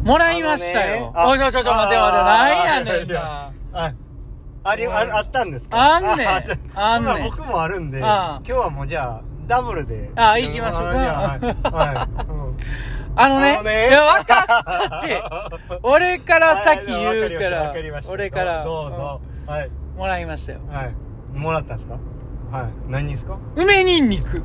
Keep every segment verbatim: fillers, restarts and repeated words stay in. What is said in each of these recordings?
もらいましたよ。おいちょちょちょ待て待て、なんやねんな。 あ、あり、あ、あったんですか？ あんねん。あんねん。 僕もあるんで、今日はもうじゃあ、ダブルで。 あ、行きましょうか。はい。あのね、いや、分かったって。俺から先言うから、俺から。 どうぞ。はい。 もらいましたよ。 はい。もらったんですか？はい。何ですか？ 梅ニンニク。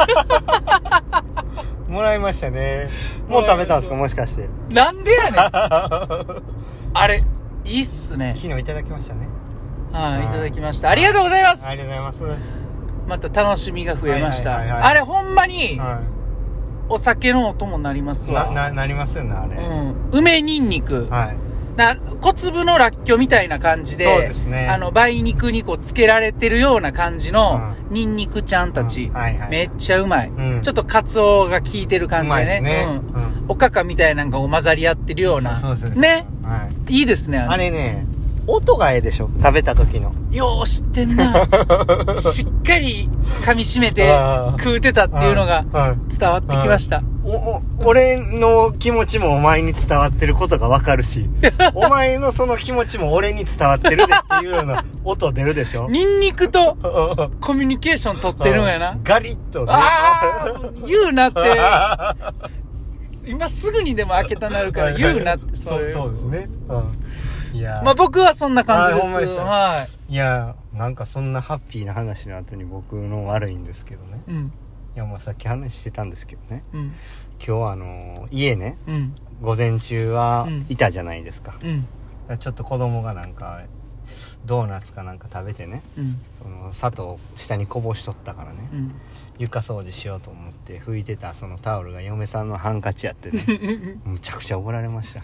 もらいましたね。もう食べたんですか？もしかして。 なんでやねん。あれ、いいっすね。 昨日いただきましたね。 はい、いただきました。ありがとうございます。 ありがとうございます。 また楽しみが増えました。あれ、ほんまに、お酒のお供になりますわ。 な、な、なりますよね、あれ。 うん。梅ニンニク。 はい。 な、小粒のらっきょうみたいな感じで、 そうですね。 あの、梅肉にこう、つけられてるような感じの、ニンニクちゃんたち。はいはい。めっちゃうまい。うん。ちょっとカツオが効いてる感じでね。うまいですね。うん。おかかみたいなんかを混ざり合ってるような。そうそうですね。はい。いいですね、 あれね。音がええでしょ、食べた時の。 よう知ってんな。しっかり噛み締めて食うてたっていうのが伝わってきました。 おお俺の気持ちもお前に伝わってることがわかるし、お前のその気持ちも俺に伝わってるでっていうような音出るでしょ。 ニンニクとコミュニケーション取ってるんやな。 ガリッとね。 ああ言うなって。今すぐにでも開けたなるから言うなって。 そうそうですね。うんいやまあ僕はそんな感じです。ですはい。 いやなんかそんなハッピーな話の後に僕の悪いんですけどね。うん。いやもうさっき話してたんですけどね。うん。今日はあの家ね。うん。午前中はいたじゃないですか。うん。だちょっと子供がなんかドーナツかなんか食べてね。うん。その砂糖下にこぼしとったからね。うん。床掃除しようと思って拭いてたそのタオルが嫁さんのハンカチやってね。むちゃくちゃ怒られました。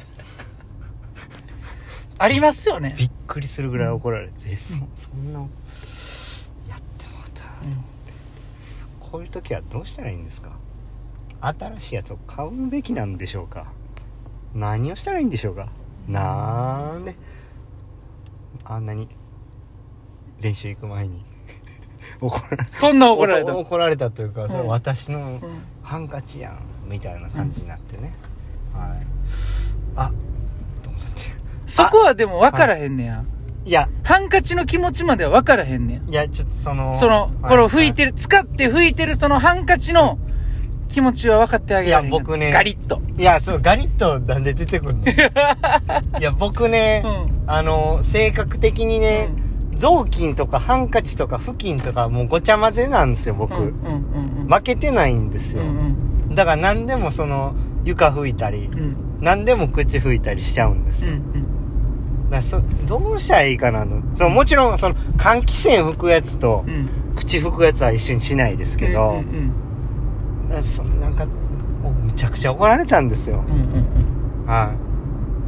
ありますよね。 びっくりするぐらい怒られて、うん、そ, そんなやってもうたと思って、うん、こういう時はどうしたらいいんですか？新しいやつを買うべきなんでしょうか？何をしたらいいんでしょうか？なんであんなに練習行く前に怒られたそんな怒られた怒られたというか、うん、それ私のハンカチやんみたいな感じになってね、うん、はいあそこはでも分からへんねや。 いや。 ハンカチの気持ちまでは分からへんねや。いや、ちょっとその。 その、これを拭いてる、使って拭いてるそのハンカチの気持ちは分かってあげられへん。 いや、僕ね。 ガリッと。 いや、そう、ガリッとなんで出てくるのいや、僕ね、うん、あの、性格的にね、うん、雑巾とかハンカチとか布巾とかもうごちゃ混ぜなんですよ、僕。うんうんうんうん、負けてないんですよ。うんうん、だから何でもその、床拭いたり、うん、何でも口拭いたりしちゃうんですよ。うんうんだそどうしたらいいかなのそのもちろんその換気扇拭くやつと、うん、口拭くやつは一緒にしないですけど、うんうんうん、そなんかむちゃくちゃ怒られたんですよ、うんうんうん、はい、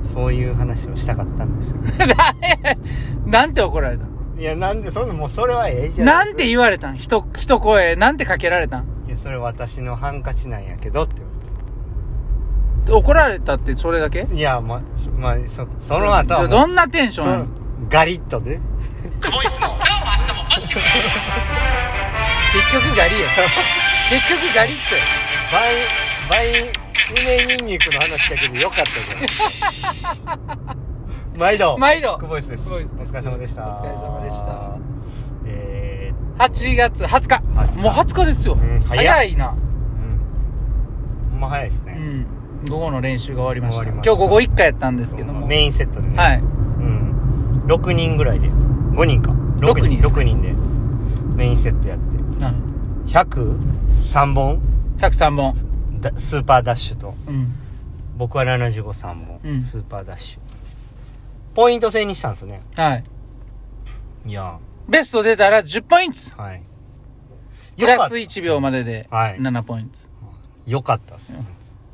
そういう話をしたかったんですよなんて怒られたんいやなんでそのもうそれはええじゃんなんて言われたんひと一声なんてかけられたんいやそれ私のハンカチなんやけどって怒られたってそれだけいやまあ、まあ、そ, その後はどんなテンションガリッとねクボイスの今日も明日もポジティブ結局ガリや結局ガリッとや倍倍梅ニンニクの話だけどよかったじゃん毎度毎度クボイスですお疲れ様でしたお疲れ様でしたえー、はちがつはつかもうはつかですよ、うん、早, 早いなうんほんま早いですねうん午後の練習が終わりました。今日午後いっかいやったんですけども。 メインセットでね。 はい。うん。ろくにんぐらいで。ごにんか。ろくにん。ろくにんで。メインセットやって。はい。ひゃくさんぼん ? ひゃくさんぼん。 スーパーダッシュと。うん。僕はななじゅうご、さんぼん。うん。スーパーダッシュ。ポイント制にしたんですね。 はい。 いや。 ベスト出たらじゅっポイント。 はい。 プラスいちびょうまででななポイント。 はい、よかったっすね。うん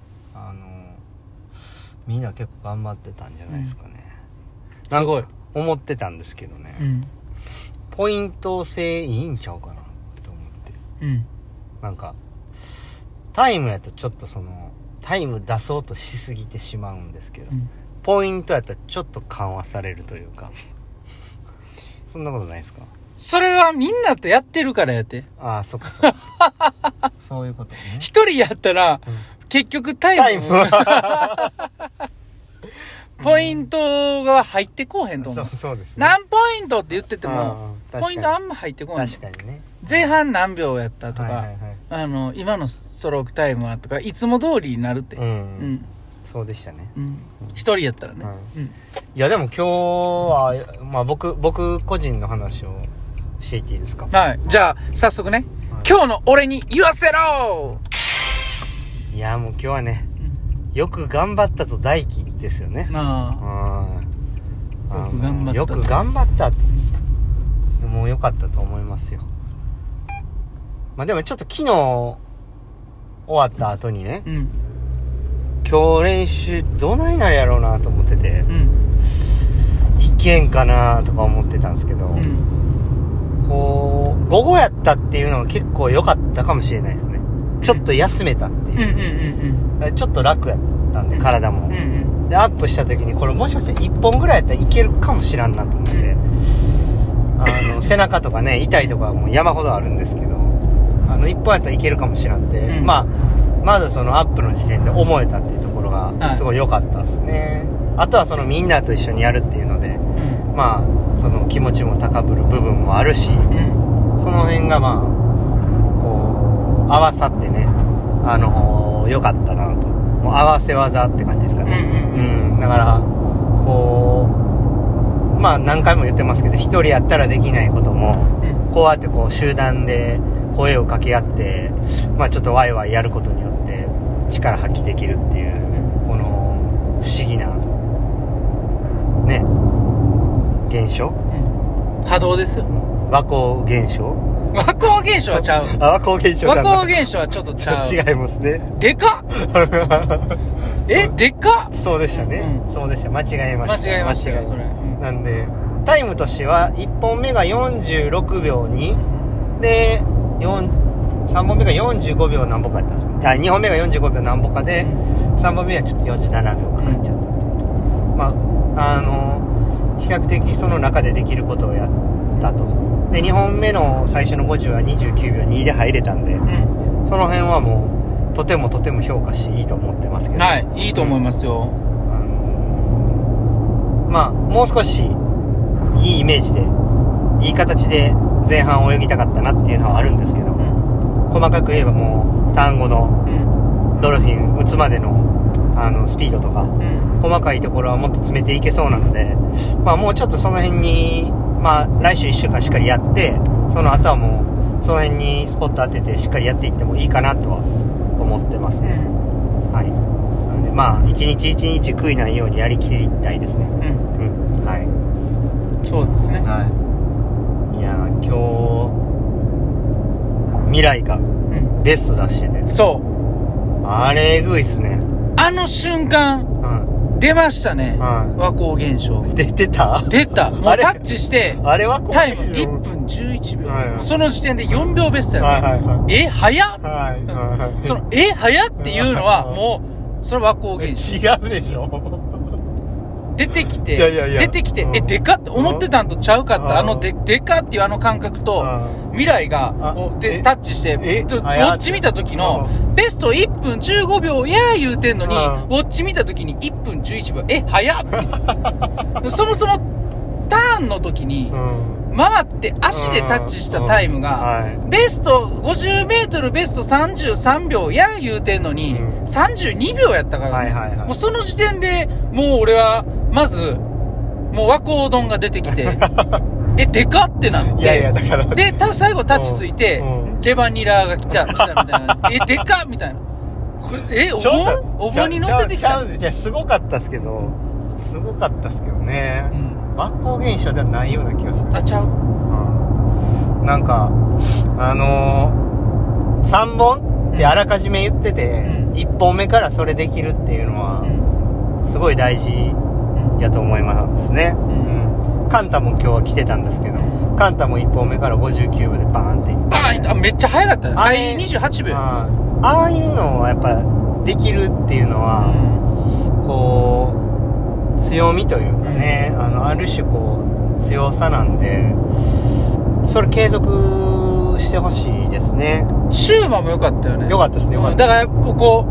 みんな結構頑張ってたんじゃないですかね、 うん、すごい思ってたんですけどね、うん、ポイント制いいんちゃうかなと思って、うん、なんかタイムやとちょっとそのタイム出そうとしすぎてしまうんですけど、うん、ポイントやったらちょっと緩和されるというかそんなことないですか？ それはみんなとやってるからやってああそっかそっかそういうことね一人やったら、うん結局タイムタイムポイントが入ってこうへんと思う。 そうそうですね。 何ポイントって言ってても、ポイントあんま入ってこない。 確かにね。 前半何秒やったとか、はいはいはい、あの、今のストロークタイムはとか、いつも通りになるって。うん。うん、 そうでしたね。 うん。一人やったらね。 うん。いや、でも今日は、まあ僕、僕個人の話をしていっていいですか？ はい。じゃあ、早速ね、はい、今日の俺に言わせろ！ いや、もう今日はね、よく頑張ったぞ大輝ですよね。ああ、よく頑張った。よく頑張った。もう良かったと思いますよ。まあでもちょっと昨日終わった後にね、うん、今日練習どないなるやろうなと思ってて、うん、いけんかなとか思ってたんですけど、うん、こう午後やったっていうのが結構良かったかもしれないですね。ちょっと休めたっていう、うんうんうんうん、ちょっと楽やったんで体も、うんうん、でアップした時にこれもしかしたらいっぽんぐらいやったらいけるかもしらんなと思って、うん、あの背中とかね痛いとかはもう山ほどあるんですけど、あのいっぽんやったらいけるかもしらんって、うん、まあまずそのアップの時点で思えたっていうところがすごい良かったですね、はい、あとはそのみんなと一緒にやるっていうので、うん、まあその気持ちも高ぶる部分もあるし、うん、その辺がまあ合わさってね、あのー、良かったなと。もう合わせ技って感じですかね。うん、うんうん、だからこうまあ何回も言ってますけど、一人やったらできないことも、うん、こうやってこう集団で声を掛け合って、まあちょっとワイワイやることによって力発揮できるっていう、うん、この不思議なね現象。 うん、波動ですよ。 和光現象。 和光現象はちゃう。 あ、和光現象和光現象はちょっとちゃう。 違いますね。 でかっえ、でかっそうでしたね、うん。そうでした。間違えました。 間違えましたよ、それ。 なんで、タイムとしてはいっぽんめがよんじゅうろくびょうに、うん、で、さんぼんめがよんじゅうごびょう何歩かだったんですね。あ、にほんめがよんじゅうごびょう何歩かで、うん、さんぼんめはちょっとよんじゅうななびょうかかっちゃったっていう。うん、まあ、あの、比較的その中でできることをやったと。でにほんめの最初のごじゅうはにじゅうきゅうびょうにで入れたんで、うん、その辺はもうとてもとても評価していいと思ってますけど。 はい、いいと思いますよ。 あのー、まあもう少しいいイメージでいい形で前半泳ぎたかったなっていうのはあるんですけど、うん、細かく言えばもう単語のドルフィン打つまでのあのスピードとか、うん、細かいところはもっと詰めていけそうなので、まあもうちょっとその辺にまあ来週いっしゅうかんしっかりやって、その後はもうその辺にスポット当ててしっかりやっていってもいいかなとは思ってますね、うん、はい。なのでまあ一日一日悔いないようにやりきりたいですね。うん、うん、はい。 そうですね。 はい。いや今日未来がベスト出してて、うん、そうあれえぐいっすね。 あの瞬間、うん、出ましたね、うん、和光現象。 出てた出た。もうタッチしてあれ和光タイムいっぷんじゅういちびょう、はいはい、その時点でよんびょうベストや、はいはいはい、え早っ、はいはいはい、そのえ早っっていうのはもうそれ和光現象。 違うでしょ。 出てきていやいやいや出てきて、うん、えでかって思ってたんとちゃうかった、うん、あのででかっていうあの感覚と、うん、未来がでタッチしてウォッチ見た時のベストいっぷんじゅうごびょうやー言うてんのに、うん、ウォッチ見た時にいっぷんじゅういちびょうえ早っそもそもターンの時に、うん、回って足でタッチしたタイムが、うんうんはい、ベストごじゅうメートルベストさんじゅうさんびょうやー言うてんのに、うん、さんじゅうにびょうやったからね、はいはいはい、もうその時点でもう俺はまずもう和光丼が出てきてえでかってなって、 いやいやだからでた最後タッチついて、うん、レバニラが来た来たみたいなえでかみたいなえお盆お盆に乗せてきた。 じゃすごかったっすけどすごかったっすけどね、うん、和光現象ではないような気がする。 あちゃう、 うん、なんかあのー、さんぼんってあらかじめ言ってて、うん、いっぽんめからそれできるっていうのは、うん、すごい大事やと思いますね、うんうん、カンタも今日は来てたんですけど、うん、カンタもいっぽんめからごじゅうきゅうびょうでバーンっていって、 バーンいった。めっちゃ速かったね。はい、にじゅうはちびょう。 ああ、ああいうのはやっぱできるっていうのは、うん、こう強みというかね、うん、あのある種こう強さなんで、それ継続してほしいですね。 シューマも良かったよね。 良かったですね。良かった。 だからこう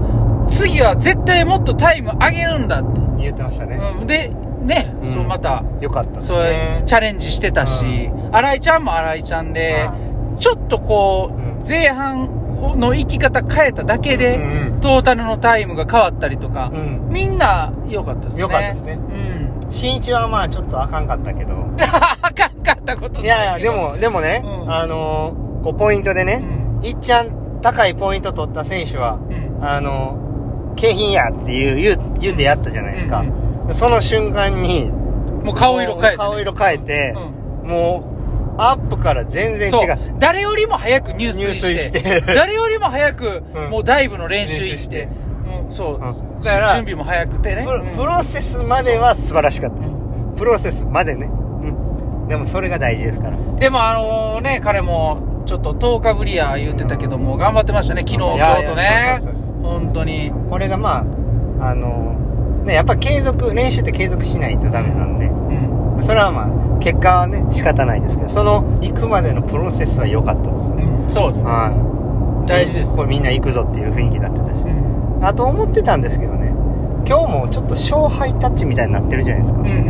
次は絶対もっとタイム上げるんだって言ってましたね。 うん、で、ね、うん、そうまた、 よかったですそうね。 チャレンジしてたし、うん、新井ちゃんも新井ちゃんで、うん、ちょっとこう、うん、前半の生き方変えただけで、うんうん、トータルのタイムが変わったりとか、うん、みんな良かったですね。 良かったですね。うん。新一はまあちょっとあかんかったけど。 あかんかったことないけど。 いやいや、でも、でもね、うん、あのー、こうポイントでね、うん、いっちゃん高いポイント取った選手は、うん、あのー、景品やっていう、言う、言うてやったじゃないですか。うんうん、その瞬間に、 もう顔色変えて、ね。 顔色変えて、うん、もう、アップから全然違う。 誰よりも早く入水して。入水して。誰よりも早く、もうダイブの練習して。してうん、そう。うん、だから、準備も早くてね。 プ, プロセスまでは素晴らしかった。プロセスまでね。うん。でもそれが大事ですから。 でもあのね、彼も、ちょっととおかぶりや言ってたけども、頑張ってましたね、昨日、今日とね。そうそうそうそう本当に。 これがまあ、あの、ね、やっぱ継続、練習って継続しないとダメなんで。うん。それはまあ、結果はね、仕方ないですけど、その行くまでのプロセスは良かったです。うん、 そうですね。はい。大事です。 これみんな行くぞっていう雰囲気になってたし。うん、あと思ってたんですけどね、今日もちょっと勝敗タッチみたいになってるじゃないですか。うんうんうん。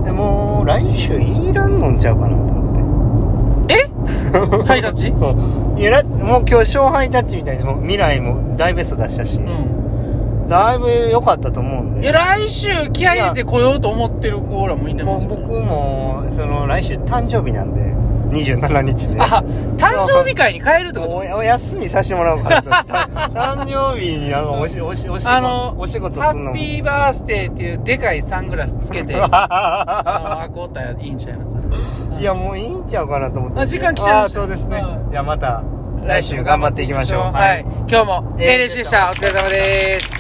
でも、来週いらんのんちゃうかなと思って。 えハイタッチいや、もう今日勝敗タッチみたいに、もう未来も大ベスト出したし。うんだいぶ良かったと思うんで。 いや、来週気合い入れてこようと思ってる子らもいてます、 ね、もう僕も、その、来週誕生日なんで、にじゅうしちにちで。 あ、誕生日会に帰るってことお, お休みさせてもらおうかなと。誕生日になんかおし、おし、おし、あの、お仕事するのハッピーバースデーっていうでかいサングラスつけて、あの、あこうたらいいんちゃいますいや、もういいんちゃうかなと思って。 あ、時間来ちゃいました。 あ、そうですね。じゃあまた、来週頑張っていきましょう。 はい。今日も、エーレジでした。お疲れ様です。